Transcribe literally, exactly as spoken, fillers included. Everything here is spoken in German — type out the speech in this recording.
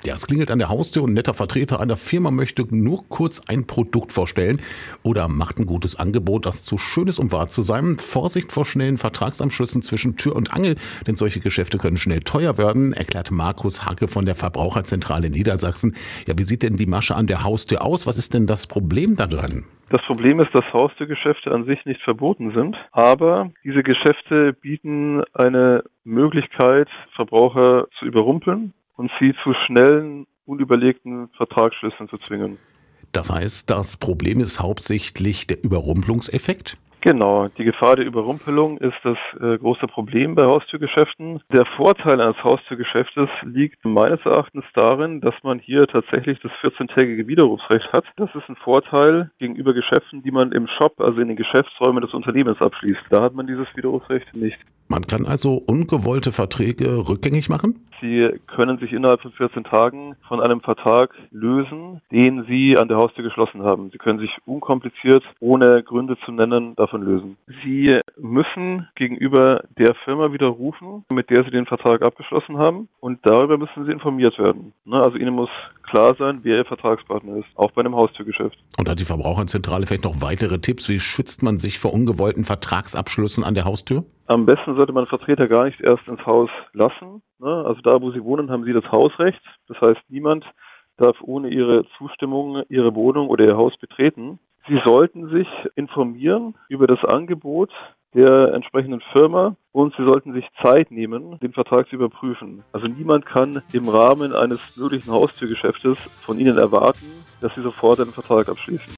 Ja, es klingelt an der Haustür und ein netter Vertreter einer Firma möchte nur kurz ein Produkt vorstellen oder macht ein gutes Angebot, das zu schön ist, um wahr zu sein. Vorsicht vor schnellen Vertragsabschlüssen zwischen Tür und Angel, denn solche Geschäfte können schnell teuer werden, erklärt Markus Hacke von der Verbraucherzentrale Niedersachsen. Ja, wie sieht denn die Masche an der Haustür aus? Was ist denn das Problem da dran? Das Problem ist, dass Haustürgeschäfte an sich nicht verboten sind, aber diese Geschäfte bieten eine Möglichkeit, Verbraucher zu überrumpeln und sie zu schnellen, unüberlegten Vertragsschlüssen zu zwingen. Das heißt, das Problem ist hauptsächlich der Überrumpelungseffekt? Genau, die Gefahr der Überrumpelung ist das äh, große Problem bei Haustürgeschäften. Der Vorteil eines Haustürgeschäftes liegt meines Erachtens darin, dass man hier tatsächlich das vierzehntägige Widerrufsrecht hat. Das ist ein Vorteil gegenüber Geschäften, die man im Shop, also in den Geschäftsräumen des Unternehmens abschließt. Da hat man dieses Widerrufsrecht nicht. Man kann also ungewollte Verträge rückgängig machen? Sie können sich innerhalb von vierzehn Tagen von einem Vertrag lösen, den Sie an der Haustür geschlossen haben. Sie können sich unkompliziert, ohne Gründe zu nennen, davon lösen. Sie müssen gegenüber der Firma widerrufen, mit der Sie den Vertrag abgeschlossen haben, und darüber müssen Sie informiert werden. Also Ihnen muss klar sein, wer Ihr Vertragspartner ist, auch bei einem Haustürgeschäft. Und hat die Verbraucherzentrale vielleicht noch weitere Tipps? Wie schützt man sich vor ungewollten Vertragsabschlüssen an der Haustür? Am besten sollte man Vertreter gar nicht erst ins Haus lassen. Also da, wo Sie wohnen, haben Sie das Hausrecht. Das heißt, niemand darf ohne Ihre Zustimmung Ihre Wohnung oder Ihr Haus betreten. Sie sollten sich informieren über das Angebot der entsprechenden Firma und Sie sollten sich Zeit nehmen, den Vertrag zu überprüfen. Also niemand kann im Rahmen eines möglichen Haustürgeschäftes von Ihnen erwarten, dass Sie sofort einen Vertrag abschließen.